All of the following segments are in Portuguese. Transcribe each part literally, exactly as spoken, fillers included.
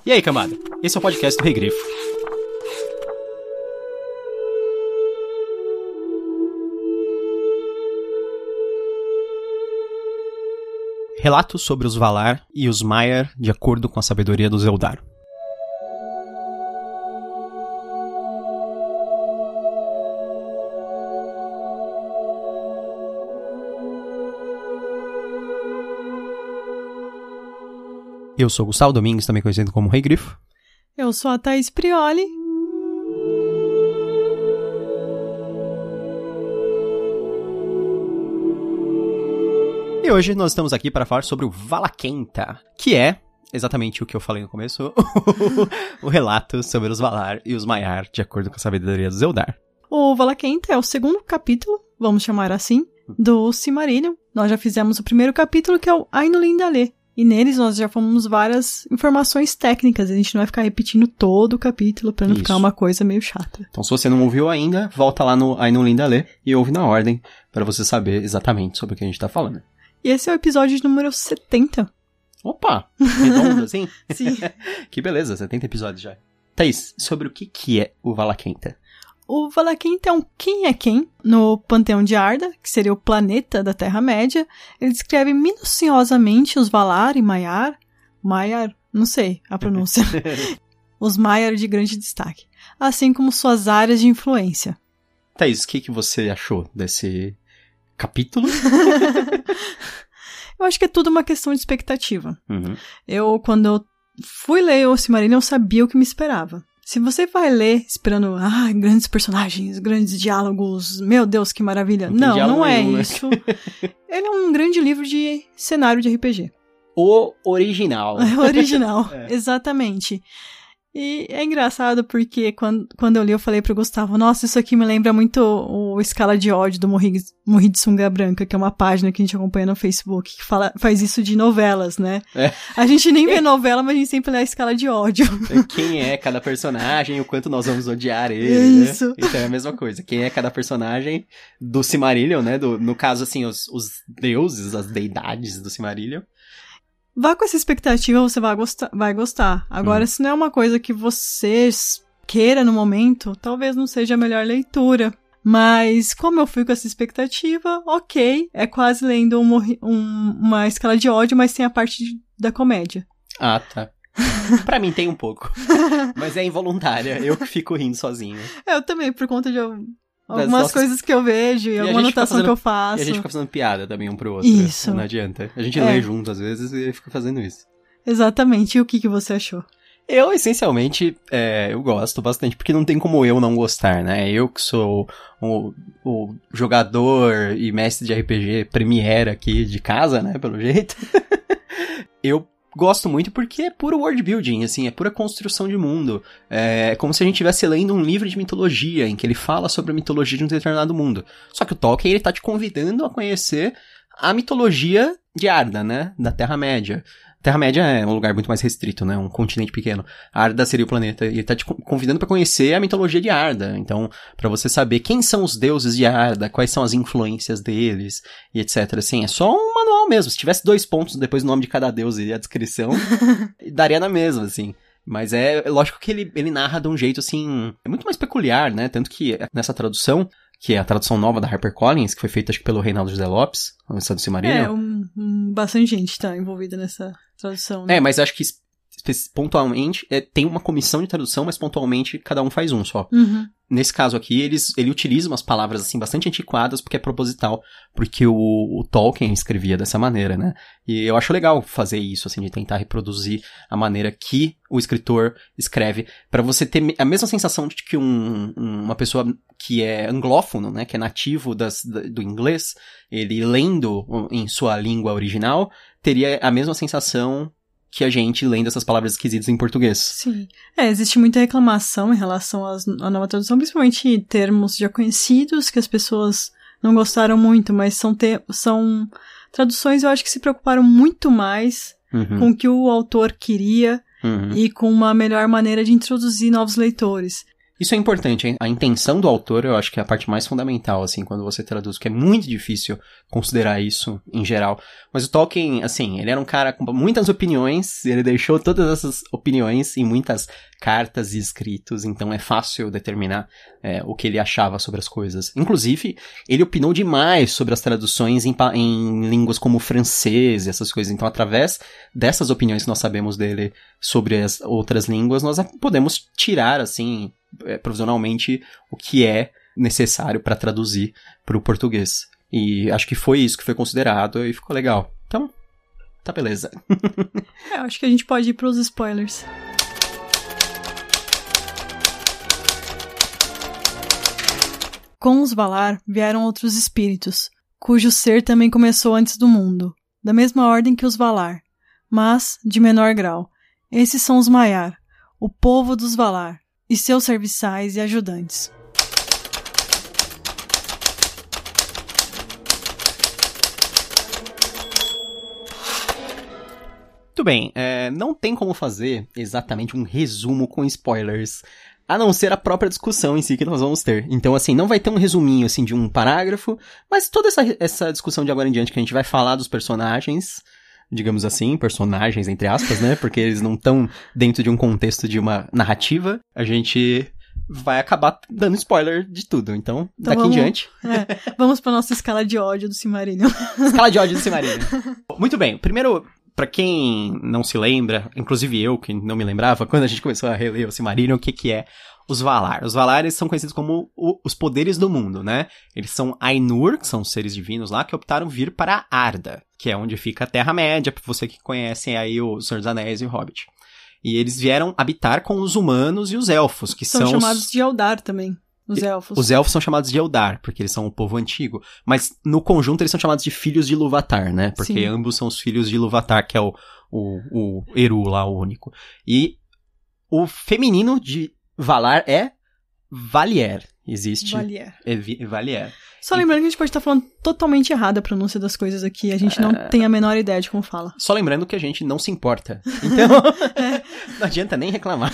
E aí, cambada? Esse é o podcast do Rei Grifo. Relatos sobre os Valar e os Maiar de acordo com a sabedoria dos Eldar. Eu sou Gustavo Domingues, também conhecido como Rei Grifo. Eu sou a Thaís Prioli. E hoje nós estamos aqui para falar sobre o Valakenta, que é exatamente o que eu falei no começo, o relato sobre os Valar e os Maiar, de acordo com a sabedoria dos Eldar. O Valakenta é o segundo capítulo, vamos chamar assim, do Silmarillion. Nós já fizemos o primeiro capítulo, que é o Ainulin Dale. E neles nós já fomos várias informações técnicas. A gente não vai ficar repetindo todo o capítulo pra não Isso. ficar uma coisa meio chata. Então, se você não ouviu ainda, volta lá no Ainulin Dale e ouve na ordem pra você saber exatamente sobre o que a gente tá falando. E esse é o episódio número setenta. Opa! Redondo, assim? Sim. Que beleza, setenta episódios já. Thaís, sobre o que, que é o Valakenta? O Valakenta é um quem é quem no Panteão de Arda, que seria o planeta da Terra-média. Ele descreve minuciosamente os Valar e Maiar. Maiar, não sei a pronúncia. Os Maiar de grande destaque. Assim como suas áreas de influência. Thaís, o que, que você achou desse capítulo? Eu acho que é tudo uma questão de expectativa. Uhum. Eu, quando eu fui ler o Silmarillion, eu sabia o que me esperava. Se você vai ler esperando, ah, grandes personagens, grandes diálogos, meu Deus, que maravilha. Não, não, não é nenhum, isso. Né? Ele é um grande livro de cenário de R P G. O original. O original, é. Exatamente. E é engraçado porque quando, quando eu li, eu falei pro Gustavo, nossa, isso aqui me lembra muito o, o Escala de Ódio do Morri, Morri de Sunga Branca, que é uma página que a gente acompanha no Facebook, que fala, faz isso de novelas, né? É. A gente nem vê novela, mas a gente sempre lê a Escala de Ódio. Quem é cada personagem e o quanto nós vamos odiar ele, isso. Né? Então é a mesma coisa. Quem é cada personagem do Silmarillion, né? Do, no caso, assim, os, os deuses, as deidades do Silmarillion. Vá com essa expectativa, você vai gostar. Vai gostar. Agora, hum. se não é uma coisa que você queira no momento, talvez não seja a melhor leitura. Mas, como eu fui com essa expectativa, ok, é quase lendo um, um, uma Escala de Ódio, mas tem a parte de, da comédia. Ah, tá. Pra mim tem um pouco. Mas é involuntária, eu que fico rindo sozinho. É, eu também, por conta de algumas nossas... coisas que eu vejo e, e alguma anotação fazendo, que eu faço. E a gente fica fazendo piada também um pro outro. Isso. Não adianta. A gente é. lê junto às vezes e fica fazendo isso. Exatamente. E o que, que você achou? Eu, essencialmente, é, eu gosto bastante, porque não tem como eu não gostar, né? Eu que sou o, o jogador e mestre de R P G premier aqui de casa, né? Pelo jeito. Eu gosto muito porque é puro world building, assim, é pura construção de mundo. É como se a gente estivesse lendo um livro de mitologia, em que ele fala sobre a mitologia de um determinado mundo. Só que o Tolkien, ele tá te convidando a conhecer a mitologia de Arda, né? Da Terra-média. Terra-média é um lugar muito mais restrito, né? Um continente pequeno. Arda seria o planeta. E ele tá te convidando pra conhecer a mitologia de Arda. Então, pra você saber quem são os deuses de Arda, quais são as influências deles, e etcétera. Assim, é só um manual mesmo. Se tivesse dois pontos depois do nome de cada deus e a descrição, daria na mesma, assim. Mas é lógico que ele, ele narra de um jeito, assim, é muito mais peculiar, né? Tanto que nessa tradução, que é a tradução nova da HarperCollins, que foi feita, acho que pelo Reinaldo José Lopes, a do Silmarillion. É, um, um, bastante gente tá envolvida nessa tradução, né? É, mas acho que pontualmente, é, tem uma comissão de tradução, mas pontualmente cada um faz um só. Uhum. Nesse caso aqui, eles, ele utiliza umas palavras, assim, bastante antiquadas, porque é proposital, porque o, o Tolkien escrevia dessa maneira, né? E eu acho legal fazer isso, assim, de tentar reproduzir a maneira que o escritor escreve, pra você ter a mesma sensação de que um, uma pessoa que é anglófono, né, que é nativo das, do inglês, ele lendo em sua língua original, teria a mesma sensação que a gente lendo essas palavras esquisitas em português. Sim. É, existe muita reclamação em relação às, à nova tradução, principalmente termos já conhecidos, que as pessoas não gostaram muito, mas são, te, são traduções, eu acho que se preocuparam muito mais uhum. com o que o autor queria uhum. e com uma melhor maneira de introduzir novos leitores. Isso é importante, hein? A intenção do autor eu acho que é a parte mais fundamental, assim, quando você traduz, que é muito difícil considerar isso em geral. Mas o Tolkien, assim, ele era um cara com muitas opiniões, ele deixou todas essas opiniões em muitas cartas e escritos, então é fácil determinar é, o que ele achava sobre as coisas. Inclusive, ele opinou demais sobre as traduções em, em línguas como francês e essas coisas. Então, através dessas opiniões que nós sabemos dele sobre as outras línguas, nós podemos tirar, assim, é, provisionalmente o que é necessário para traduzir para o português. E acho que foi isso que foi considerado e ficou legal. Então, tá beleza. é, acho que a gente pode ir pros spoilers. Com os Valar vieram outros espíritos, cujo ser também começou antes do mundo, da mesma ordem que os Valar, mas de menor grau. Esses são os Maiar, o povo dos Valar, e seus serviçais e ajudantes. Muito bem, é, não tem como fazer exatamente um resumo com spoilers, a não ser a própria discussão em si que nós vamos ter. Então, assim, não vai ter um resuminho, assim, de um parágrafo, mas toda essa, essa discussão de agora em diante que a gente vai falar dos personagens, digamos assim, personagens entre aspas, né, porque eles não estão dentro de um contexto de uma narrativa, a gente vai acabar dando spoiler de tudo. Então, então daqui vamos, em diante... É, vamos pra nossa escala de ódio do Silmarillion. Escala de ódio do Silmarillion. Muito bem, primeiro... Pra quem não se lembra, inclusive eu, que não me lembrava, quando a gente começou a reler o Silmarillion, o que que é os Valar? Os Valar, eles são conhecidos como o, os poderes do mundo, né? Eles são Ainur, que são seres divinos lá, que optaram vir para Arda, que é onde fica a Terra-média, pra você que conhece aí o Senhor dos Anéis e o Hobbit. E eles vieram habitar com os humanos e os elfos, que são... São chamados os... de Eldar também. Os elfos. Os elfos são chamados de Eldar, porque eles são o povo antigo. Mas, no conjunto, eles são chamados de filhos de Ilúvatar, né? Porque Sim. ambos são os filhos de Ilúvatar, que é o, o, o Eru lá, o único. E o feminino de Valar é Valier. Existe... Valier. É Valier. Só lembrando que a gente pode estar falando totalmente errado a pronúncia das coisas aqui. A gente não é... tem a menor ideia de como fala. Só lembrando que a gente não se importa. Então, é. não adianta nem reclamar.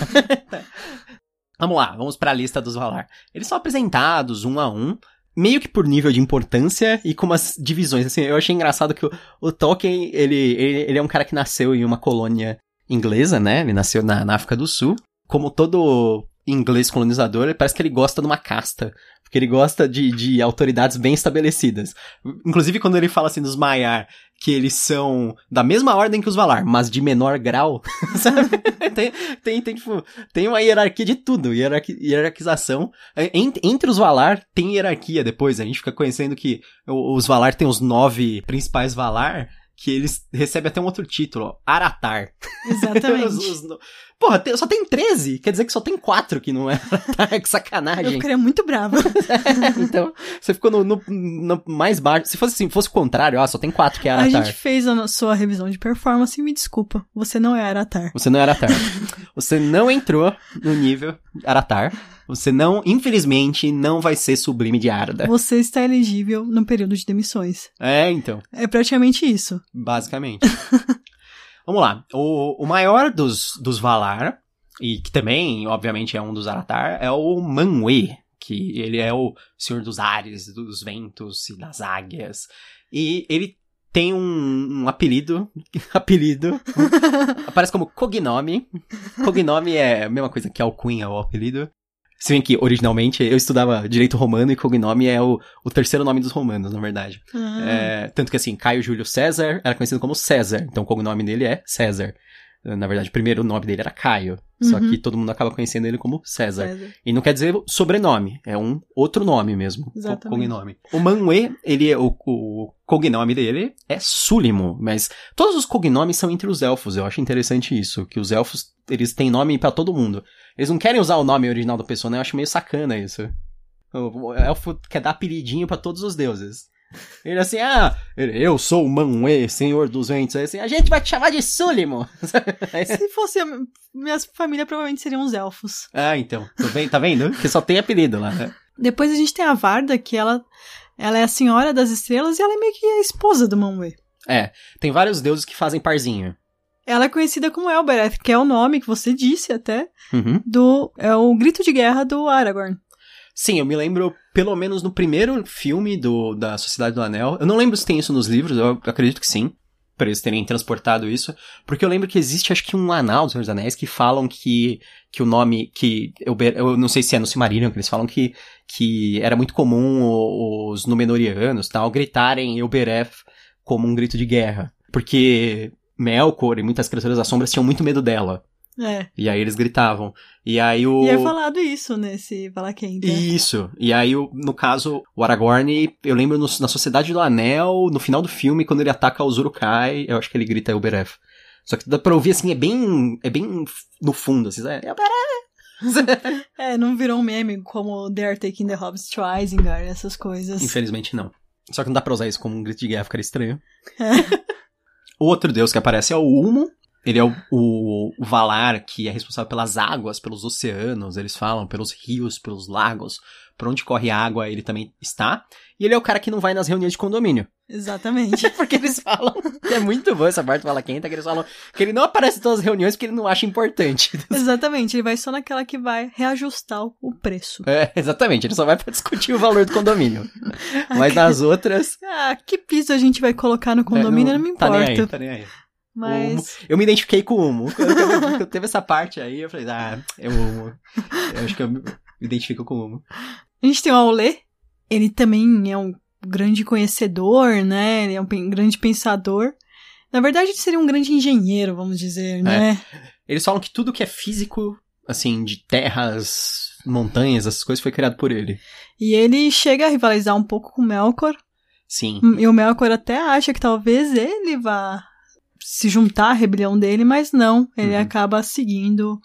Vamos lá, vamos para a lista dos Valar. Eles são apresentados um a um, meio que por nível de importância e com umas divisões. Assim, eu achei engraçado que o, o Tolkien, ele, ele, ele é um cara que nasceu em uma colônia inglesa, né? Ele nasceu na, na África do Sul. Como todo inglês colonizador, parece que ele gosta de uma casta. Porque ele gosta de, de autoridades bem estabelecidas. Inclusive, quando ele fala assim dos Maiar, que eles são da mesma ordem que os Valar, mas de menor grau, sabe? tem, tem, tem, tipo, tem uma hierarquia de tudo, hierarqui, hierarquização. Entre, entre os Valar, tem hierarquia depois. A gente fica conhecendo que os Valar tem os nove principais Valar, que eles recebem até um outro título, Aratar. Exatamente. os, os, porra, tem, só tem treze, quer dizer que só tem quatro que não é Aratar, que sacanagem. Eu ficaria muito brava. É, então, você ficou no, no, no mais baixo. Se fosse assim, fosse o contrário, ah, só tem quatro que é Aratar. A gente fez a sua revisão de performance e me desculpa, você não é Aratar. Você não é Aratar. Você não entrou no nível Aratar. Você não, infelizmente, não vai ser Sublime de Arda. Você está elegível no período de demissões. É, então. É praticamente isso. Basicamente. Vamos lá. O, o maior dos, dos Valar, e que também, obviamente, é um dos Aratar, é o Manwë, que ele é o Senhor dos Ares, dos Ventos e das Águias. E ele tem um, um apelido, apelido, aparece como Cognome. Cognome é a mesma coisa que alcunha ou apelido. Se bem que, originalmente, eu estudava direito romano e cognome é o, o terceiro nome dos romanos, na verdade. Ah. É, tanto que, assim, Caio Júlio César era conhecido como César, então o cognome dele é César. Na verdade, o primeiro nome dele era Caio, uhum. Só que todo mundo acaba conhecendo ele como César. César. E não quer dizer sobrenome, é um outro nome mesmo, Exatamente. Cognome. O Manwë, ele é, o, o cognome dele é Súlimo, mas todos os cognomes são entre os elfos, eu acho interessante isso, que os elfos, eles têm nome pra todo mundo. Eles não querem usar o nome original da pessoa, né? Eu acho meio sacana isso. O elfo quer dar apelidinho pra todos os deuses. Ele assim, ah, eu sou o Manwë, senhor dos ventos. Aí assim, a gente vai te chamar de Súlimo. Se fosse a minha família, provavelmente seriam os elfos. Ah, então. Tá vendo? Que só tem apelido lá, né? Depois a gente tem a Varda, que ela, ela é a senhora das estrelas e ela é meio que a esposa do Manwë. É, tem vários deuses que fazem parzinho. Ela é conhecida como Elbereth, que é o nome que você disse até, Uhum. do... é o grito de guerra do Aragorn. Sim, eu me lembro, pelo menos no primeiro filme do, da Sociedade do Anel, eu não lembro se tem isso nos livros, eu acredito que sim, pra eles terem transportado isso, porque eu lembro que existe, acho que um anal dos Senhor dos Anéis que falam que, que o nome, que, eu, eu não sei se é no Silmarillion, que eles falam que, que era muito comum os Númenóreanos, tal, gritarem Elbereth como um grito de guerra, porque Melkor e muitas criaturas das sombras tinham muito medo dela. É. E aí eles gritavam. E aí o... E é falado isso nesse Valaquenta. Isso. E aí, o, no caso, o Aragorn, eu lembro no, na Sociedade do Anel, no final do filme, quando ele ataca os Uruk-hai, eu acho que ele grita Elbereth. Só que dá pra ouvir, assim, é bem, é bem no fundo, assim, é Elbereth! É, não virou um meme como They Are Taking the Hobbits to Isengard, essas coisas. Infelizmente não. Só que não dá pra usar isso como um grito de guerra, ficaria estranho. É. O outro deus que aparece é o Ulmo. Ele é o, o, o Valar, que é responsável pelas águas, pelos oceanos, eles falam, pelos rios, pelos lagos. Por onde corre água, ele também está. E ele é o cara que não vai nas reuniões de condomínio. Exatamente. Porque eles falam, que é muito boa essa parte do Valaquenta, que eles falam que ele não aparece em todas as reuniões porque ele não acha importante. Exatamente, ele vai só naquela que vai reajustar o preço. É, exatamente, ele só vai pra discutir o valor do condomínio. Mas nas outras... Ah, que piso a gente vai colocar no condomínio, é, não, não me importa. Tá nem aí, tá nem aí. Mas... Eu me identifiquei com o Ulmo. Quando teve essa parte aí, eu falei, ah, é o Ulmo. Eu acho que eu me identifico com o Ulmo. A gente tem o Aulé, ele também é um grande conhecedor, né? Ele é um grande pensador. Na verdade, ele seria um grande engenheiro, vamos dizer, né? É. Eles falam que tudo que é físico, assim, de terras, montanhas, essas coisas, foi criado por ele. E ele chega a rivalizar um pouco com o Melkor. Sim. E o Melkor até acha que talvez ele vá se juntar à rebelião dele, mas não. Ele uhum. acaba seguindo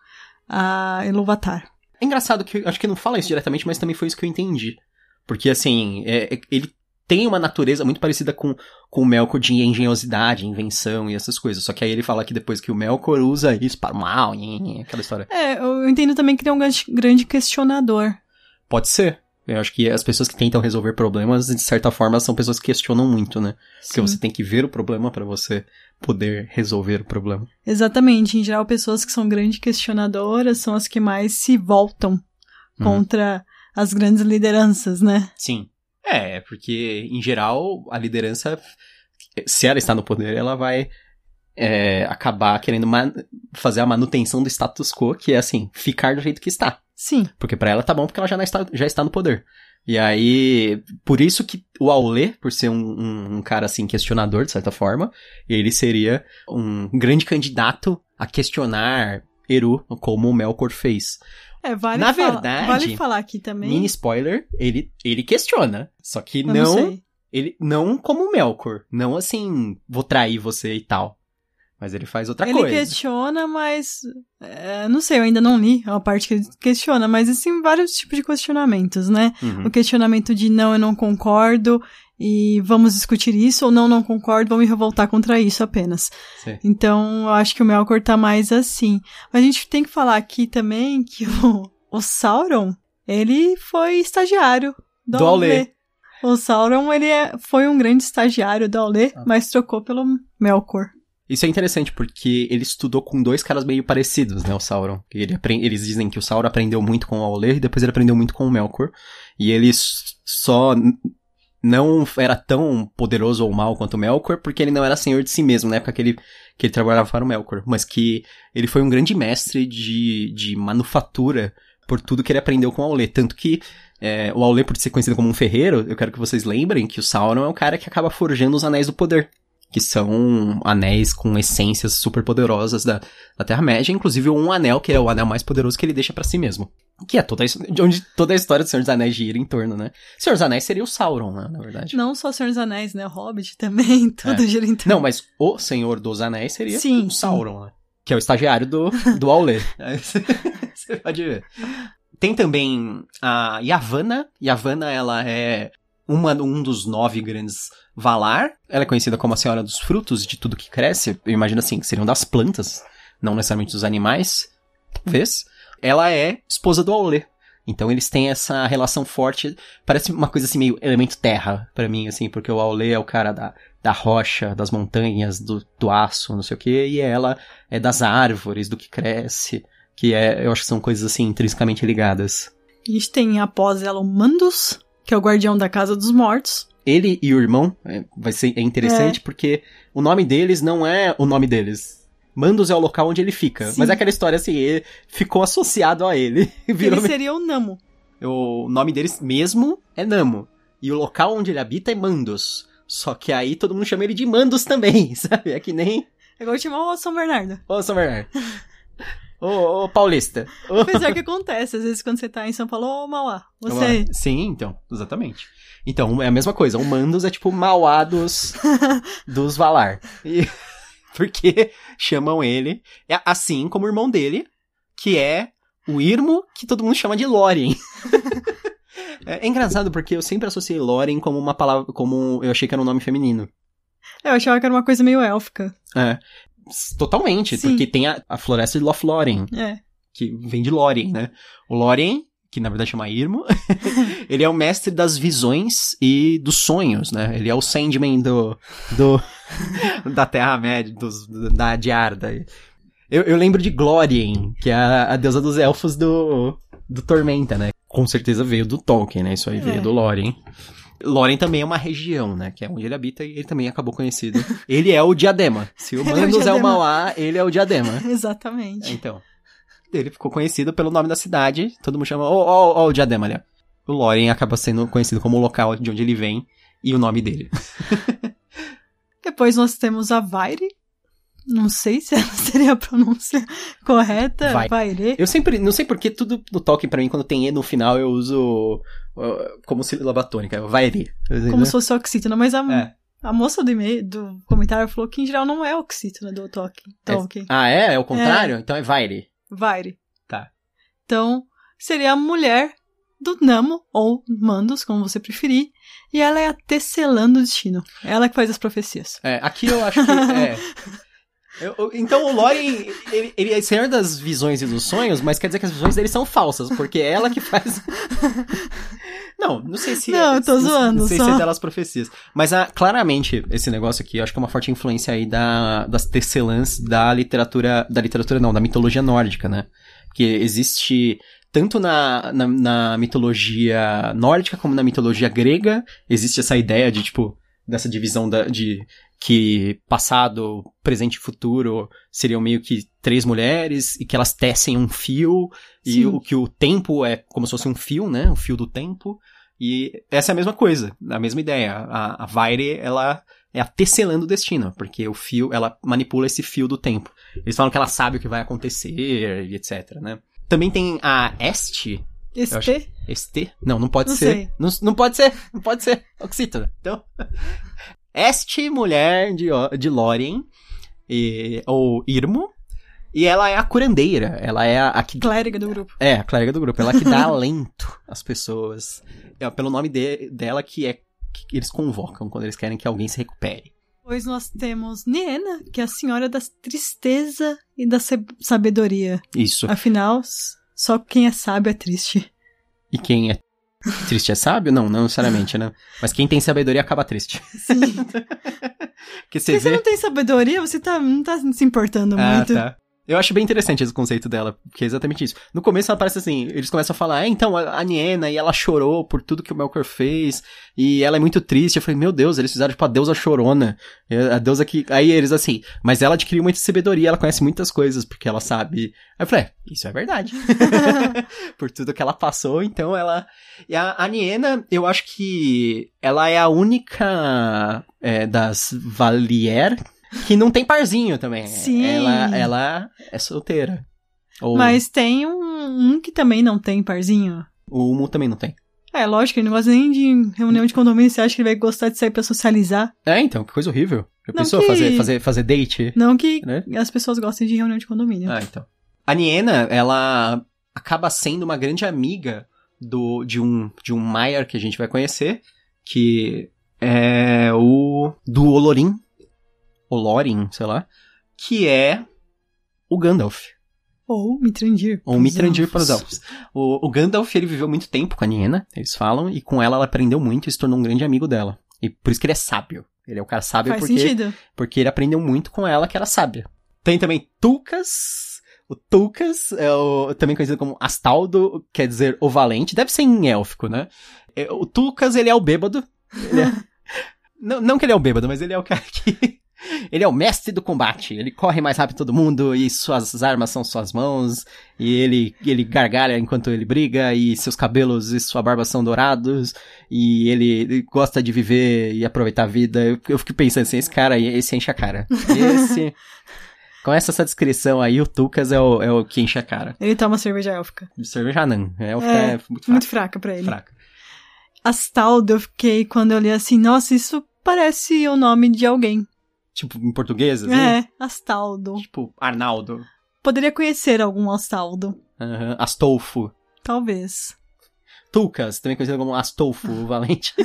a Ilúvatar. É engraçado que, acho que não fala isso diretamente, mas também foi isso que eu entendi. Porque, assim, é, é, ele tem uma natureza muito parecida com, com o Melkor de engenhosidade, invenção e essas coisas. Só que aí ele fala que depois que o Melkor usa isso para o mal, aquela história. É, eu entendo também que ele é um grande questionador. Pode ser. Eu acho que as pessoas que tentam resolver problemas, de certa forma, são pessoas que questionam muito, né? Sim. Porque você tem que ver o problema para você poder resolver o problema. Exatamente. Em geral, pessoas que são grandes questionadoras são as que mais se voltam uhum. contra as grandes lideranças, né? Sim. É, porque, em geral, a liderança, se ela está no poder, ela vai é, acabar querendo man- fazer a manutenção do status quo, que é, assim, ficar do jeito que está. Sim. Porque pra ela tá bom, porque ela já, não está, já está no poder. E aí, por isso que o Aulé, por ser um, um, um cara, assim, questionador, de certa forma, ele seria um grande candidato a questionar Eru, como o Melkor fez. É, vale, Na fala, verdade, vale falar aqui também. Mini spoiler, ele, ele questiona. Só que Eu não, não sei. ele não como o Melkor. Não assim, vou trair você e tal. Mas ele faz outra ele coisa. Ele questiona, mas... É, não sei, eu ainda não li a parte que ele questiona, mas assim, vários tipos de questionamentos, né? Uhum. O questionamento de não, eu não concordo e vamos discutir isso, ou não, não concordo, vamos me revoltar contra isso apenas. Sim. Então, eu acho que o Melkor tá mais assim. Mas a gente tem que falar aqui também que o, o Sauron, ele foi estagiário do, do Aulé. O Sauron, ele é, foi um grande estagiário do Aulé, ah. mas trocou pelo Melkor. Isso é interessante, porque ele estudou com dois caras meio parecidos, né, o Sauron. Ele aprend... Eles dizem que o Sauron aprendeu muito com o Aulé e depois ele aprendeu muito com o Melkor. E ele só não era tão poderoso ou mal quanto o Melkor, porque ele não era senhor de si mesmo, na época que ele, que ele trabalhava para o Melkor. Mas que ele foi um grande mestre de, de manufatura por tudo que ele aprendeu com o Aulé. Tanto que é, o Aulé, por ser conhecido como um ferreiro, eu quero que vocês lembrem que o Sauron é o cara que acaba forjando os Anéis do Poder. Que são anéis com essências super poderosas da, da Terra-média, inclusive um anel, que é o anel mais poderoso que ele deixa pra si mesmo. Que é toda a, de onde toda a história do Senhor dos Anéis gira em torno, né? Senhor dos Anéis seria o Sauron, né, na verdade. Não só o Senhor dos Anéis, né? O Hobbit também, tudo é. gira em torno. Não, mas o Senhor dos Anéis seria sim, o Sauron, sim. né? Que é o estagiário do, do Aulé. Você pode ver. Tem também a Yavanna. Yavanna, ela é... Uma, um dos nove grandes Valar. Ela é conhecida como a Senhora dos Frutos, de tudo que cresce. Eu imagino assim, que seriam das plantas, não necessariamente dos animais. Talvez. Ela é esposa do Aulé. Então eles têm essa relação forte, parece uma coisa assim meio elemento terra pra mim, assim, porque o Aulê é o cara da, da rocha, das montanhas, do, do aço, não sei o quê, e ela é das árvores, do que cresce, que é, eu acho que são coisas assim intrinsecamente ligadas. A gente tem após ela o Mandus, que é o guardião da Casa dos Mortos. Ele e o irmão, é, vai ser é interessante, é. porque o nome deles não é o nome deles. Mandus é o local onde ele fica. Sim. Mas é aquela história assim, ele ficou associado a ele. Virou... Ele seria o Namo. O nome deles mesmo é Namo. E o local onde ele habita é Mandus. Só que aí todo mundo chama ele de Mandus também, sabe? É que nem... É igual chamar o São Bernardo. Ô, São Bernardo. Ô, ô, paulista. Apesar que acontece, às vezes quando você tá em São Paulo, ô, Mauá, você aí. Sim, então, exatamente. Então, é a mesma coisa. O Mandus é tipo o Mauá dos, dos Valar. E... Porque chamam ele, assim como o irmão dele, que é o Irmo, que todo mundo chama de Lórien. É engraçado porque eu sempre associei Lórien como uma palavra, como eu achei que era um nome feminino. Eu achava que era uma coisa meio élfica. É, totalmente, Sim. porque tem a, a floresta de Lothlórien, é. que vem de Lórien, né? O Lórien, que na verdade chama Irmo, ele é o mestre das visões e dos sonhos, né? Ele é o Sandman do... do da Terra-média, dos, da de Arda. Eu, eu lembro de Glórien, que é a, a deusa dos elfos do, do Tormenta, né? Com certeza veio do Tolkien, né? Isso aí é. veio do Lórien. Lórien também é uma região, né? Que é onde ele habita e ele também acabou conhecido. Ele é o Diadema. Se o Mandus é o, é o Mauá, ele é o Diadema. Exatamente. Então, ele ficou conhecido pelo nome da cidade. Todo mundo chama, ó, ó, ó, o Diadema ali. O Lórien acaba sendo conhecido como o local de onde ele vem e o nome dele. Depois nós temos a Vaire. Não sei se ela seria a pronúncia correta. Vai. Vaire. Eu sempre, não sei porque tudo no Tolkien pra mim, quando tem E no final, eu uso uh, como sílaba tônica. Vaire. Como né? se fosse oxítona, mas a, é. a moça do e-mail, do comentário falou que em geral não é oxítona do Tolkien. Tolkien. É, ah, é? É o contrário? É. Então é Vaire. Vaire. Tá. Então, seria a mulher do Namo, ou Mandus, como você preferir, e ela é a tecelã do destino. Ela que faz as profecias. É, aqui eu acho que... é. Eu, eu, então o Lórien, ele, ele é senhor das visões e dos sonhos, mas quer dizer que as visões dele são falsas, porque é ela que faz... Não, não sei se... Não, eu tô se, zoando, Não sei só. se é delas profecias. Mas ah, claramente, esse negócio aqui, eu acho que é uma forte influência aí da, das tecelãs da literatura... Da literatura não, da mitologia nórdica, né? Porque existe... Tanto na, na, na mitologia nórdica como na mitologia grega, existe essa ideia de, tipo, dessa divisão da, de que passado, presente e futuro seriam meio que três mulheres e que elas tecem um fio. Sim. E o que o tempo é como se fosse um fio, né? O fio do tempo. E essa é a mesma coisa, a mesma ideia. A, a Vaire, ela é a tecelã do destino, porque o fio, ela manipula esse fio do tempo. Eles falam que ela sabe o que vai acontecer e etc, né? Também tem a Este. Este? Este? Não, não pode não ser. Sei. Não, não pode ser. Não pode ser. Oxítona. Então, Este, mulher de, de Lórien, e, ou Irmo, e ela é a curandeira. Ela é a, a que... Clériga do grupo. É, a clériga do grupo. Ela que dá alento às pessoas. É pelo nome de, dela que é que eles convocam quando eles querem que alguém se recupere. Depois nós temos Niena, que é a senhora da tristeza e da sabedoria. Isso. Afinal, só quem é sábio é triste. E quem é triste é sábio? Não, não necessariamente, né? Mas quem tem sabedoria acaba triste. Sim. Porque você, você vê... não tem sabedoria, você tá, não tá se importando ah, muito. Tá. Eu acho bem interessante esse conceito dela, porque é exatamente isso. No começo ela parece assim, eles começam a falar, é, então, a Niena, e ela chorou por tudo que o Melkor fez, e ela é muito triste. Eu falei, meu Deus, eles fizeram tipo a deusa chorona, a deusa que... Aí eles assim, mas ela adquiriu muita sabedoria, ela conhece muitas coisas, porque ela sabe... Aí eu falei, é, isso é verdade. Por tudo que ela passou, então ela... E a, a Niena, eu acho que ela é a única é, das Valier... que não tem parzinho também. Sim. Ela, ela é solteira. Ou... Mas tem um, um que também não tem parzinho. O Humo também não tem. É, lógico, ele não gosta nem de reunião de condomínio. Você acha que ele vai gostar de sair pra socializar? É, então, que coisa horrível. Já não pensou que... fazer, fazer, fazer date? Não que né? as pessoas gostem de reunião de condomínio. Ah, então. A Niena, ela acaba sendo uma grande amiga do, de um, de um Maiar que a gente vai conhecer, que é o do Olorin. Olorin, sei lá, que é o Gandalf. Ou Mithrandir. Ou Mithrandir para os elfos. O, o Gandalf, ele viveu muito tempo com a Niena, eles falam, e com ela ela aprendeu muito e se tornou um grande amigo dela. E por isso que ele é sábio. Ele é o cara sábio Faz porque, sentido. porque ele aprendeu muito com ela, que era sábia. Tem também Tulkas. O Tulkas é o, também conhecido como Astaldo, quer dizer o Valente. Deve ser em élfico, né? O Tulkas, ele é o bêbado. Ele é... não, não que ele é o bêbado, mas ele é o cara que... Ele é o mestre do combate, ele corre mais rápido que todo mundo e suas armas são suas mãos e ele, ele gargalha enquanto ele briga e seus cabelos e sua barba são dourados e ele, ele gosta de viver e aproveitar a vida. Eu, eu fico pensando assim, esse cara aí, esse enche a cara. Esse... Com essa, essa descrição aí, o Tulkas é o, é o que enche a cara. Ele toma cerveja élfica. Cerveja não, é, é, é muito fraca. Muito fraca pra ele. Fraca. Astaldo, eu fiquei, quando eu li assim, nossa, isso parece o nome de alguém. Tipo, em português, assim? É, Astaldo. Tipo, Arnaldo. Poderia conhecer algum Astaldo. Uhum. Astolfo. Talvez. Tulkas, também conhecido como Astolfo, o Valente.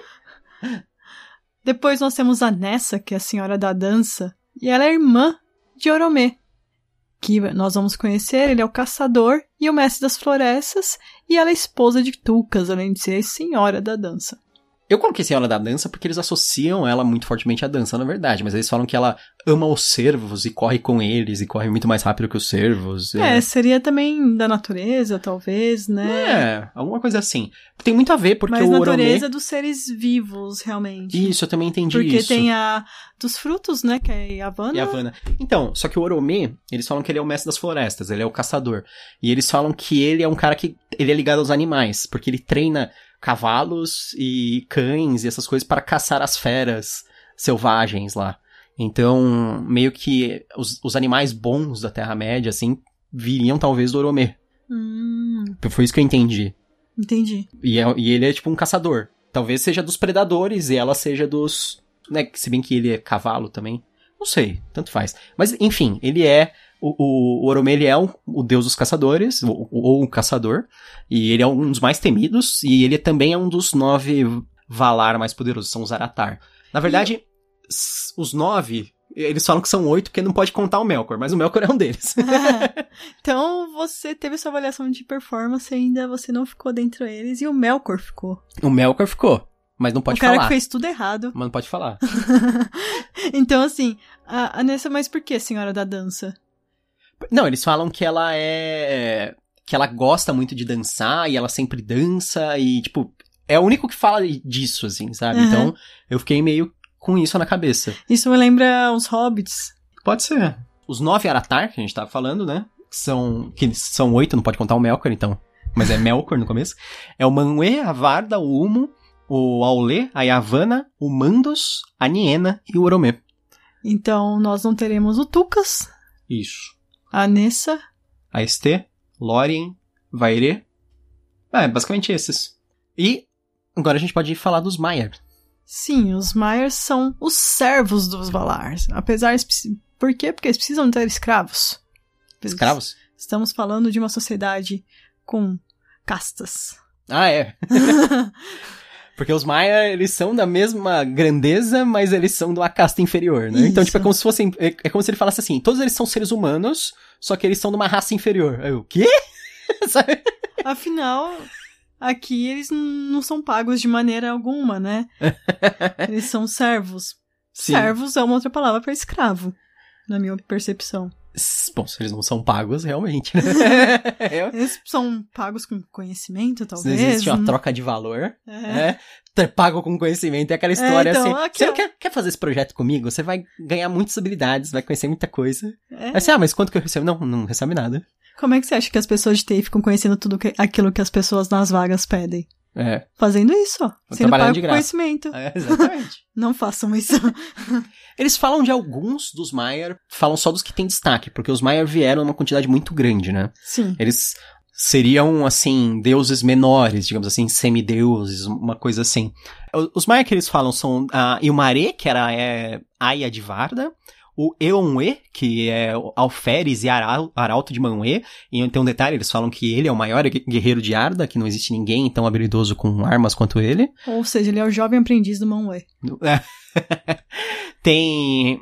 Depois nós temos a Nessa, que é a senhora da dança. E ela é irmã de Oromê. Que nós vamos conhecer, ele é o caçador e o mestre das florestas. E ela é esposa de Tulkas, além de ser senhora da dança. Eu coloquei Senhora da Dança porque eles associam ela muito fortemente à dança, na verdade. Mas eles falam que ela ama os cervos e corre com eles e corre muito mais rápido que os cervos. É, é seria também da natureza, talvez, né? É, alguma coisa assim. Tem muito a ver porque Mas o natureza Oromê... dos seres vivos, realmente. Isso, eu também entendi porque isso. Porque tem a dos frutos, né, que é a Yavanna. Yavanna. Então, só que o Oromê, eles falam que ele é o mestre das florestas, ele é o caçador. E eles falam que ele é um cara que... Ele é ligado aos animais, porque ele treina... cavalos e cães e essas coisas para caçar as feras selvagens lá. Então, meio que os, os animais bons da Terra-média, assim, viriam talvez do Oromê. Hum. Foi isso que eu entendi. Entendi. E, é, e ele é tipo um caçador. Talvez seja dos predadores e ela seja dos... Né, se bem que ele é cavalo também. Não sei, tanto faz. Mas, enfim, ele é... O, o, o Oromê, ele é o, o deus dos caçadores, ou, ou o caçador, e ele é um dos mais temidos, e ele também é um dos nove Valar mais poderosos, são os Aratar. Na verdade, e... os nove, eles falam que são oito, porque não pode contar o Melkor, mas o Melkor é um deles. Ah, então, você teve sua avaliação de performance e ainda você não ficou dentro deles, e o Melkor ficou. O Melkor ficou, mas não pode falar. O cara falar. Que fez tudo errado. Mas não pode falar. Então, assim, a, a Nessa, mas por que Senhora da Dança? Não, eles falam que ela é... que ela gosta muito de dançar, e ela sempre dança, e, tipo, é o único que fala disso, assim, sabe? Uhum. Então, eu fiquei meio com isso na cabeça. Isso me lembra os Hobbits. Pode ser. Os nove Aratar, que a gente tava falando, né? Que são, que são oito, não pode contar o Melkor, então. Mas é Melkor no começo. É o Manwë, a Varda, o Ulmo, o Aulë, a Yavanna, o Mandos, a Niena e o Oromê. Então, nós não teremos o Tulkas. Isso. A Nessa. A Esté, Lórien, Vairê. É, basicamente esses. E agora a gente pode falar dos Maiar. Sim, os Maiar são os servos dos Valar. Apesar de... Por quê? Porque eles precisam ter escravos. Eles... Escravos? Estamos falando de uma sociedade com castas. Ah, é. Porque os Maiar, eles são da mesma grandeza, mas eles são de uma casta inferior, né? Isso. Então, tipo, é como se fossem... É, é como se ele falasse assim, todos eles são seres humanos, só que eles são de uma raça inferior. Aí eu, o quê? Sabe? Afinal, aqui eles não são pagos de maneira alguma, né? Eles são servos. Sim. Servos é uma outra palavra para escravo, na minha percepção. Bom, se eles não são pagos, realmente, né? Eles são pagos com conhecimento, talvez. Se existe uma troca de valor, é. né? Ter pago com conhecimento é aquela história é, então, assim, aqui, você quer, quer fazer esse projeto comigo? Você vai ganhar muitas habilidades, vai conhecer muita coisa. É. Aí você, ah, mas quanto que eu recebo? Não, não recebe nada. Como é que você acha que as pessoas de T I ficam conhecendo tudo que, aquilo que as pessoas nas vagas pedem? É. Fazendo isso, ó. Sendo pago com conhecimento. É, exatamente. Não façam isso. Eles falam de alguns dos Maiar, falam só dos que tem destaque, porque os Maiar vieram numa quantidade muito grande, né? Sim. Eles seriam, assim, deuses menores, digamos assim, semideuses, uma coisa assim. Os Maiar que eles falam são a Ilmarê, que era é, Aya de Varda, o Eonwë, que é Alferes e Arauto de Manwë, e tem um detalhe, eles falam que ele é o maior guerreiro de Arda, que não existe ninguém tão habilidoso com armas quanto ele. Ou seja, ele é o jovem aprendiz do Manwë. Tem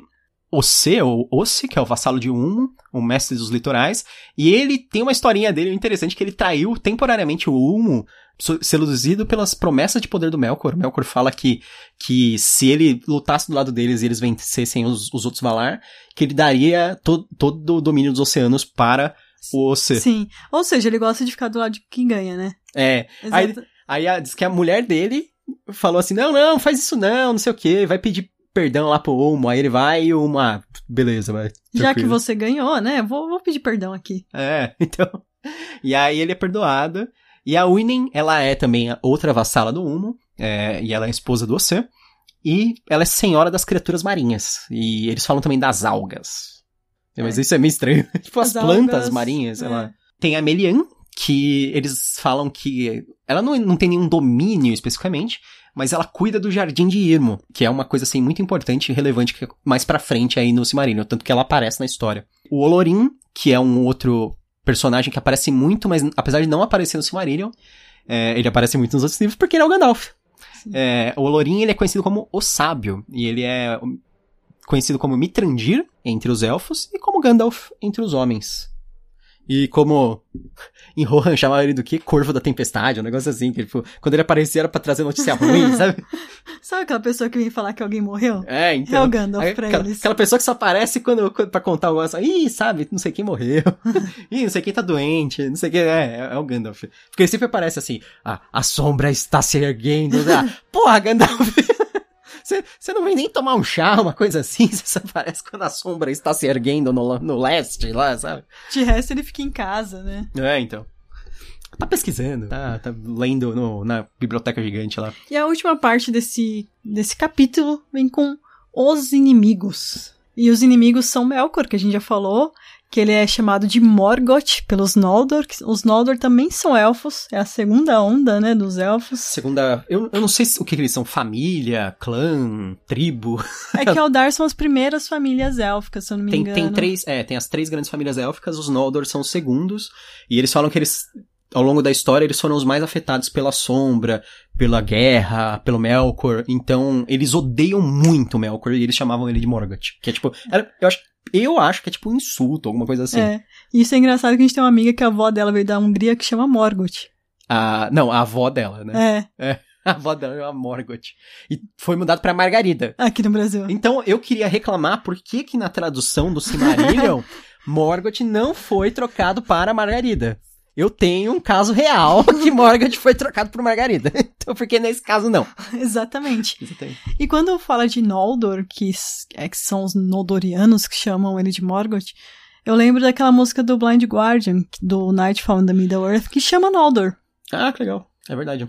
Osse, ou Osse, que é o vassalo de Ulmo, o mestre dos litorais, e ele tem uma historinha dele interessante que ele traiu temporariamente o Ulmo, seduzido pelas promessas de poder do Melkor. O Melkor fala que, que se ele lutasse do lado deles e eles vencessem os, os outros Valar, que ele daria to, todo o domínio dos oceanos para o Osse. Sim, ou seja, ele gosta de ficar do lado de quem ganha, né? É, aí, aí a, diz que a mulher dele falou assim, não, não, faz isso não, não sei o que, vai pedir perdão lá pro Ulmo, aí ele vai e o Ulmo, ah, beleza, vai. Já tranquilo. que você ganhou, né, vou, vou pedir perdão aqui. É, então, e aí ele é perdoado, e a Uinen, ela é também a outra vassala do Ulmo, é, e ela é esposa do Ossê, e ela é senhora das criaturas marinhas, e eles falam também das algas. É. Mas isso é meio estranho, tipo as, as plantas algas, marinhas, é. ela... Tem a Melian, que eles falam que ela não, não tem nenhum domínio especificamente, mas ela cuida do Jardim de Irmo, que é uma coisa assim muito importante e relevante que é mais pra frente aí no Silmarillion, tanto que ela aparece na história. O Olorin, que é um outro personagem que aparece muito, mas apesar de não aparecer no Silmarillion, é, ele aparece muito nos outros livros porque ele é o Gandalf. É, o Olorin, ele é conhecido como o Sábio, e ele é conhecido como Mithrandir entre os elfos e como Gandalf entre os homens. E como em Rohan chamava ele do quê? Corvo da Tempestade, um negócio assim, que tipo, quando ele aparecia era pra trazer notícia ruim, sabe? Sabe aquela pessoa que vem falar que alguém morreu? É, então. É o Gandalf aí, pra aquela, eles. Aquela pessoa que só aparece quando, quando, pra contar alguma coisa, ih, sabe, não sei quem morreu, ih, não sei quem tá doente, não sei quem, é, é, é o Gandalf. Porque ele sempre aparece assim, ah, a sombra está se erguendo, ah, porra, Gandalf! Você não vem nem tomar um chá, uma coisa assim, você aparece quando a sombra está se erguendo no, no leste, lá, sabe? De resto, ele fica em casa, né? É, então. Tá pesquisando, tá, tá lendo no, na biblioteca gigante lá. E a última parte desse, desse capítulo vem com os inimigos. E os inimigos são Melkor, que a gente já falou, que ele é chamado de Morgoth pelos Noldor. Os Noldor também são elfos, é a segunda onda, né, dos elfos. Segunda, eu, eu não sei o que, que eles são, família, clã, tribo. É que Eldar são as primeiras famílias élficas, se eu não me tem, engano. Tem três, é, tem as três grandes famílias élficas, os Noldor são os segundos, e eles falam que eles, ao longo da história, eles foram os mais afetados pela sombra, pela guerra, pelo Melkor, então eles odeiam muito o Melkor, e eles chamavam ele de Morgoth, que é tipo, era, eu acho Eu acho que é tipo um insulto, alguma coisa assim. É. E isso é engraçado que a gente tem uma amiga que a avó dela veio da Hungria que chama Morgoth. Ah, não, a avó dela, né? É. É. A avó dela é uma Morgoth. E foi mudado pra Margarida. Aqui no Brasil. Então eu queria reclamar por que que na tradução do Silmarillion, Morgoth não foi trocado para Margarida. Eu tenho um caso real que Morgoth foi trocado por Margarida. Então, por que nesse caso não? Exatamente. Exatamente. E quando fala de Noldor, que, é, que são os Noldorianos que chamam ele de Morgoth, eu lembro daquela música do Blind Guardian, do Nightfall in the Middle-earth, que chama Noldor. Ah, que legal. É verdade.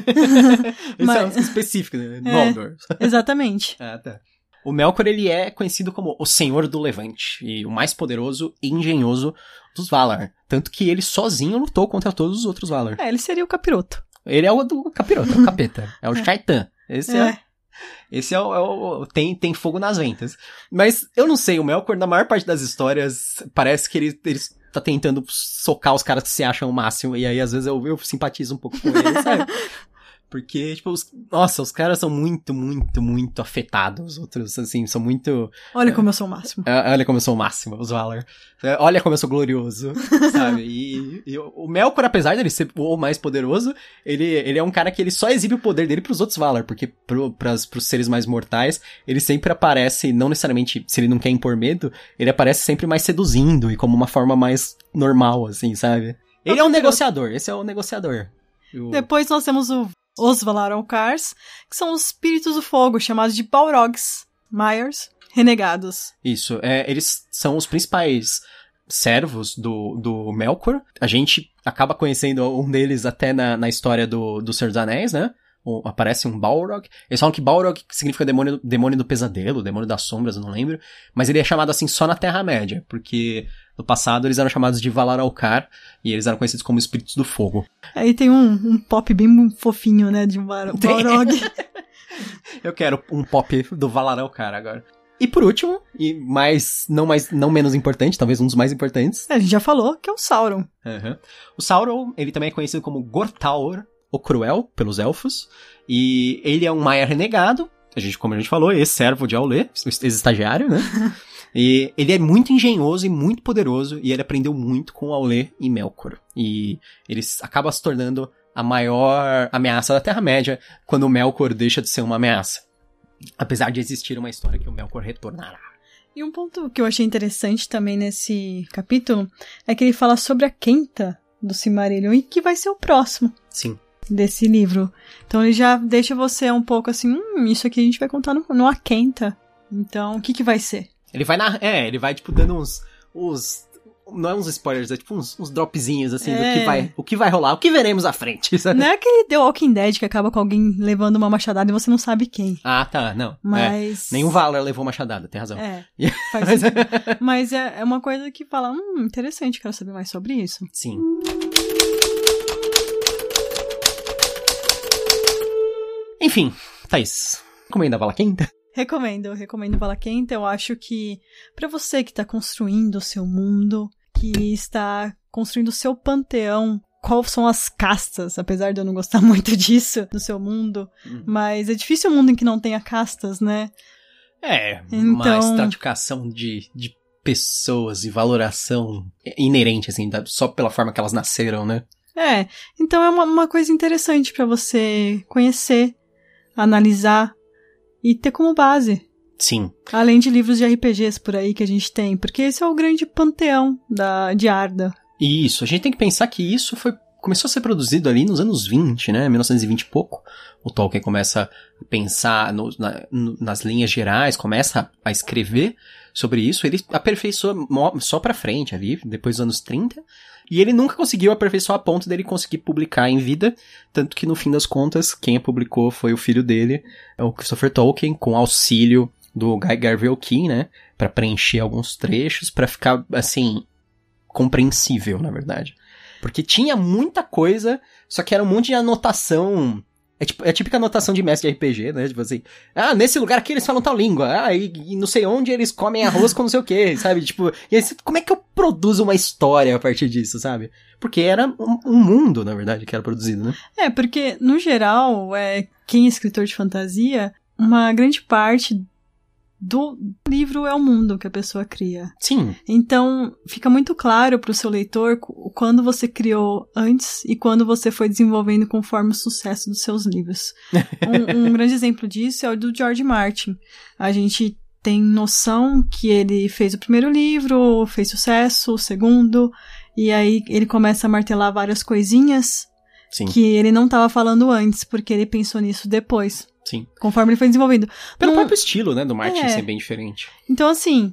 Esse Mas... é uma música específica, né? Noldor. É, exatamente. Ah, tá. O Melkor, ele é conhecido como o Senhor do Levante, e o mais poderoso e engenhoso dos Valar. Tanto que ele sozinho lutou contra todos os outros Valar. É, ele seria o capiroto. Ele é o do capiroto, é o capeta. É o Shaitan. Esse é... é... Esse é o... É o tem, tem fogo nas ventas. Mas, eu não sei, o Melkor, na maior parte das histórias, parece que ele, ele tá tentando socar os caras que se acham o máximo, e aí, às vezes, eu, eu simpatizo um pouco com ele, sabe? Porque, tipo, os, nossa, os caras são muito, muito, muito afetados. Os outros, assim, são muito... Olha como eu sou o máximo. É, olha como eu sou o máximo, os Valar. Olha como eu sou glorioso, sabe? E, e o Melkor, apesar dele ser o mais poderoso, ele, ele é um cara que ele só exibe o poder dele pros outros Valar. Porque pro, pras, pros seres mais mortais, ele sempre aparece, não necessariamente, se ele não quer impor medo, ele aparece sempre mais seduzindo e como uma forma mais normal, assim, sabe? Ele é um negociador, esse é o negociador. O... Depois nós temos o Os Valar Alcars, que são os espíritos do fogo, chamados de Balrogs, Maiars, renegados. Isso, é, eles são os principais servos do, do Melkor. A gente acaba conhecendo um deles até na, na história do, do Senhor dos Anéis, né? O, aparece um Balrog. Eles falam que Balrog significa demônio, demônio do pesadelo, demônio das sombras, eu não lembro. Mas ele é chamado assim só na Terra-média, porque no passado eles eram chamados de Valar Alcar e eles eram conhecidos como espíritos do fogo. Aí tem um, um pop bem fofinho, né, de um Balrog. Eu quero um pop do Valar Alcar agora. E por último, e mais não, mais, não menos importante, talvez um dos mais importantes... A gente já falou, que é o Sauron. Uhum. O Sauron, ele também é conhecido como Gortaur, o Cruel, pelos elfos, e ele é um Maiar renegado, a gente, como a gente falou, ex-servo de Aulé, ex-estagiário, né? E ele é muito engenhoso e muito poderoso, e ele aprendeu muito com Aulë e Melkor. E ele acaba se tornando a maior ameaça da Terra-média quando o Melkor deixa de ser uma ameaça. Apesar de existir uma história que o Melkor retornará. E um ponto que eu achei interessante também nesse capítulo é que ele fala sobre a Quenta do Silmarillion e que vai ser o próximo. Sim. Desse livro. Então ele já deixa você um pouco assim, hum, isso aqui a gente vai contar no, no A Quenta. Então, o que que vai ser? Ele vai na... É, ele vai, tipo, dando uns... uns não é uns spoilers, é tipo uns, uns dropzinhos, assim, é. do que vai... O que vai rolar, o que veremos à frente, sabe? Não é aquele The Walking Dead que acaba com alguém levando uma machadada e você não sabe quem. Ah, tá, não. Mas... É. Nenhum Valar levou machadada, tem razão. É, faz sentido. Mas é, é uma coisa que fala, hum, interessante, quero saber mais sobre isso. Sim. Enfim, Thaís, recomenda a Vala Quenta? Recomendo, eu recomendo Vala Quenta. Eu acho que pra você que tá construindo o seu mundo, que está construindo o seu panteão, quais são as castas, apesar de eu não gostar muito disso, do seu mundo, hum. mas é difícil um mundo em que não tenha castas, né? É, então... uma estratificação de, de pessoas e valoração inerente, assim, só pela forma que elas nasceram, né? É, então é uma, uma coisa interessante pra você conhecer, analisar e ter como base. Sim. Além de livros de R P Gs por aí que a gente tem, porque esse é o grande panteão da, de Arda. Isso, a gente tem que pensar que isso foi, começou a ser produzido ali nos anos vinte, né, mil novecentos e vinte e pouco. O Tolkien começa a pensar no, na, no, nas linhas gerais, começa a escrever sobre isso, ele aperfeiçoa só pra frente ali, depois dos anos trinta, e ele nunca conseguiu aperfeiçoar a ponto dele conseguir publicar em vida, tanto que no fim das contas, quem a publicou foi o filho dele, o Christopher Tolkien, com auxílio do Guy Gardner, né, pra preencher alguns trechos, pra ficar, assim, compreensível, na verdade. Porque tinha muita coisa, só que era um monte de anotação... É, tipo, é a típica anotação de mestre de R P G, né? Tipo assim, ah, nesse lugar aqui eles falam tal língua, ah, e, e não sei onde eles comem arroz com não sei o que, sabe? Tipo, e aí, como é que eu produzo uma história a partir disso, sabe? Porque era um, um mundo, na verdade, que era produzido, né? É, porque, no geral, é, quem é escritor de fantasia, uma grande parte do livro é o mundo que a pessoa cria. Sim. Então, fica muito claro pro seu leitor quando você criou antes e quando você foi desenvolvendo conforme o sucesso dos seus livros. um, um grande exemplo disso é o do George Martin. A gente tem noção que ele fez o primeiro livro, fez sucesso, o segundo, e aí ele começa a martelar várias coisinhas Sim. que ele não estava falando antes, porque ele pensou nisso depois. Sim. Conforme ele foi desenvolvendo. Pelo um... próprio estilo, né, do Martin é. ser bem diferente. Então, assim,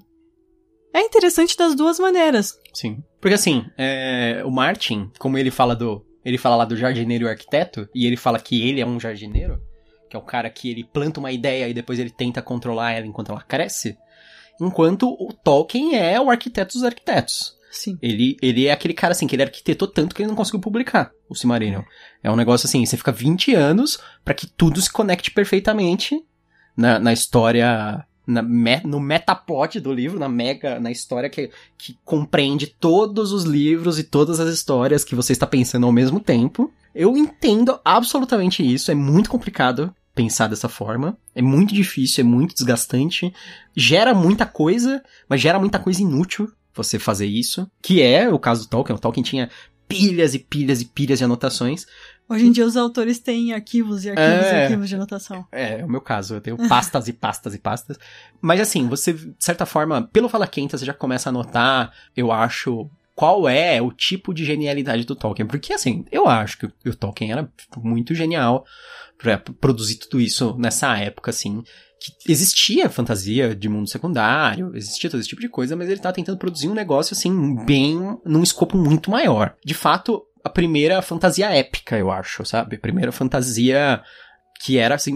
é interessante das duas maneiras. Sim. Porque, assim, é... o Martin, como ele fala do... Ele fala lá do jardineiro e o arquiteto, e ele fala que ele é um jardineiro, que é o cara que ele planta uma ideia e depois ele tenta controlar ela enquanto ela cresce, enquanto o Tolkien é o arquiteto dos arquitetos. Sim. Ele, ele é aquele cara, assim, que ele arquitetou tanto que ele não conseguiu publicar o Silmarillion. É um negócio assim, você fica vinte anos pra que tudo se conecte perfeitamente na, na história, na me, no metaplot do livro, na mega, na história que, que compreende todos os livros e todas as histórias que você está pensando ao mesmo tempo. Eu entendo absolutamente isso, é muito complicado pensar dessa forma, é muito difícil, é muito desgastante, gera muita coisa, mas gera muita coisa inútil você fazer isso, que é o caso do Tolkien. O Tolkien tinha pilhas e pilhas e pilhas de anotações. Hoje em dia os autores têm arquivos e arquivos é, e arquivos de anotação. É, é o meu caso, eu tenho pastas e pastas e pastas. Mas assim, você, de certa forma, pelo Vala Quenta, você já começa a notar, eu acho, qual é o tipo de genialidade do Tolkien. Porque assim, eu acho que o Tolkien era muito genial pra produzir tudo isso nessa época, assim, que existia fantasia de mundo secundário, existia todo esse tipo de coisa, mas ele tá tentando produzir um negócio, assim, bem, num escopo muito maior. De fato, a primeira fantasia épica, eu acho, sabe? A primeira fantasia que era, assim,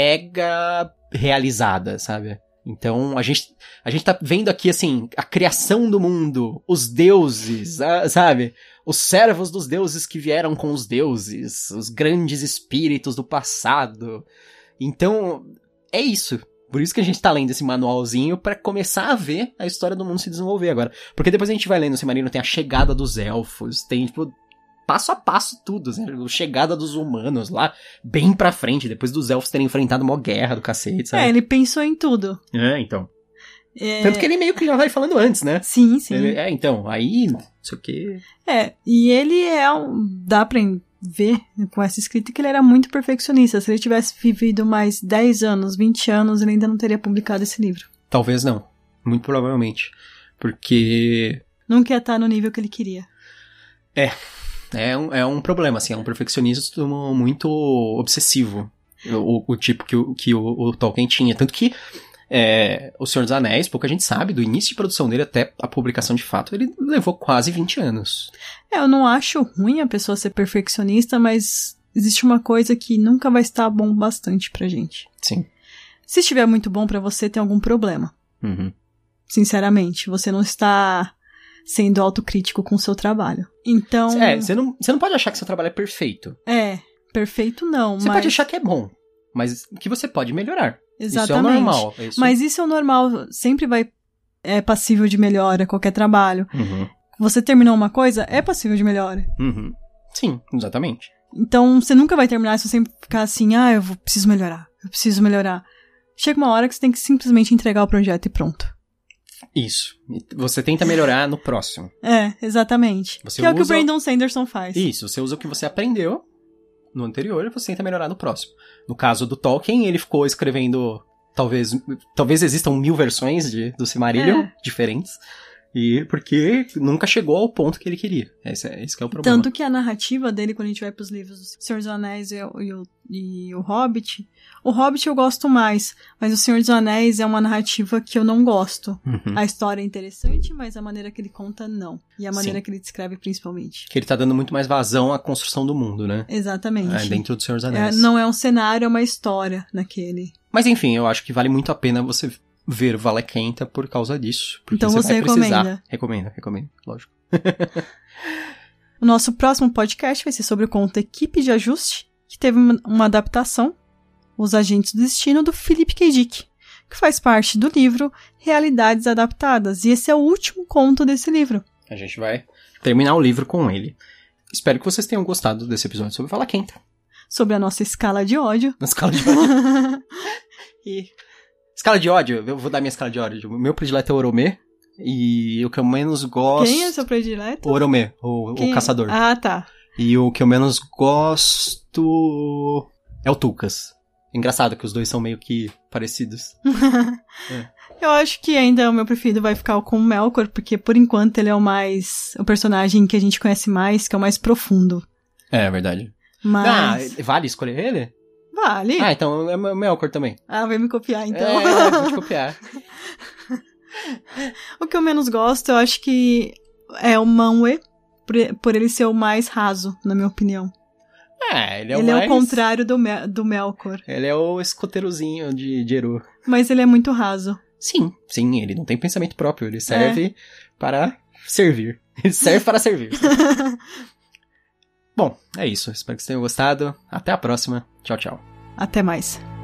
mega realizada, sabe? Então, a gente, a gente tá vendo aqui, assim, a criação do mundo, os deuses, sabe? Os servos dos deuses que vieram com os deuses, os grandes espíritos do passado. Então, é isso. Por isso que a gente tá lendo esse manualzinho pra começar a ver a história do mundo se desenvolver agora. Porque depois a gente vai lendo o Silmarillion, tem a chegada dos elfos, tem, tipo, passo a passo tudo, assim, a chegada dos humanos lá, bem pra frente, depois dos elfos terem enfrentado uma guerra do cacete, sabe? É, ele pensou em tudo. É, então. É... Tanto que ele meio que já vai falando antes, né? Sim, sim. Ele, é, então, aí, não sei o quê. É, e ele é um... Dá pra ver com essa escrita que ele era muito perfeccionista. Se ele tivesse vivido mais dez anos, vinte anos, ele ainda não teria publicado esse livro. Talvez não. Muito provavelmente. Porque... Nunca ia estar no nível que ele queria. É. É um, é um problema, assim. É um perfeccionismo muito obsessivo. O, o tipo que, o, que o, o Tolkien tinha. Tanto que é, O Senhor dos Anéis, pouca gente sabe, do início de produção dele até a publicação de fato, ele levou quase vinte anos. É, eu não acho ruim a pessoa ser perfeccionista, mas existe uma coisa que nunca vai estar bom bastante pra gente. Sim. Se estiver muito bom pra você, tem algum problema. Uhum. Sinceramente, você não está sendo autocrítico com o seu trabalho. Então... É, você não, você não pode achar que seu trabalho é perfeito. É, perfeito não, Você mas... pode achar que é bom, mas que você pode melhorar. Exatamente. Isso é o normal. É isso. Mas isso é o normal, sempre vai... É passível de melhora, qualquer trabalho. Uhum. Você terminou uma coisa, é passível de melhora. Uhum. Sim, exatamente. Então, você nunca vai terminar se você sempre ficar assim, ah, eu vou, preciso melhorar, eu preciso melhorar. Chega uma hora que você tem que simplesmente entregar o projeto e pronto. Isso. Você tenta melhorar no próximo. É, exatamente. Você que é o que o usa- Brandon Sanderson faz. Isso, você usa o que você aprendeu no anterior e você tenta melhorar no próximo. No caso do Tolkien, ele ficou escrevendo, talvez, talvez existam mil versões de, do Silmarillion É. diferentes, e porque nunca chegou ao ponto que ele queria. Esse, é, esse que é o problema. Tanto que a narrativa dele, quando a gente vai pros livros do Senhor dos Anéis e o, e o, e o Hobbit, o Hobbit eu gosto mais, mas o Senhor dos Anéis é uma narrativa que eu não gosto. Uhum. A história é interessante, mas a maneira que ele conta, não. E a maneira Sim. que ele descreve, principalmente. Que ele tá dando muito mais vazão à construção do mundo, né? Exatamente. É, dentro do Senhor dos É, Anéis. não é um cenário, é uma história naquele. Mas enfim, eu acho que vale muito a pena você ver Valakenta por causa disso. Porque Então você você vai precisar. recomenda? Recomendo, recomendo, lógico. O nosso próximo podcast vai ser sobre o conto Equipe de Ajuste, que teve uma, uma adaptação, Os Agentes do Destino, do Philip K. Dick, que faz parte do livro Realidades Adaptadas. E esse é o último conto desse livro. A gente vai terminar o livro com ele. Espero que vocês tenham gostado desse episódio sobre Valakenta. Sobre a nossa escala de ódio. Na escala de ódio. E... Escala de ódio, eu vou dar minha escala de ódio. O meu predileto é o Oromê. E o que eu menos gosto... Quem é seu predileto? O Oromê, o, Quem o é? caçador. Ah, tá. E o que eu menos gosto... é o Tulkas. Engraçado que os dois são meio que parecidos. É. Eu acho que ainda o meu preferido vai ficar com o Melkor, porque por enquanto ele é o mais... o personagem que a gente conhece mais, que é o mais profundo. É, é verdade. Mas... Ah, vale escolher ele? Vale. Ah, então é o Melkor também. Ah, vai me copiar, então. É, vou te copiar. O que eu menos gosto, eu acho que é o Manwë, por, por ele ser o mais raso, na minha opinião. É, ele é o ele mais... é o contrário do, Mel, do Melkor. Ele é o escoteirozinho de, de Eru. Mas ele é muito raso. Sim, sim, ele não tem pensamento próprio, ele serve é. para servir. Ele serve para servir. Bom, é isso. Espero que vocês tenham gostado. Até a próxima. Tchau, tchau. Até mais.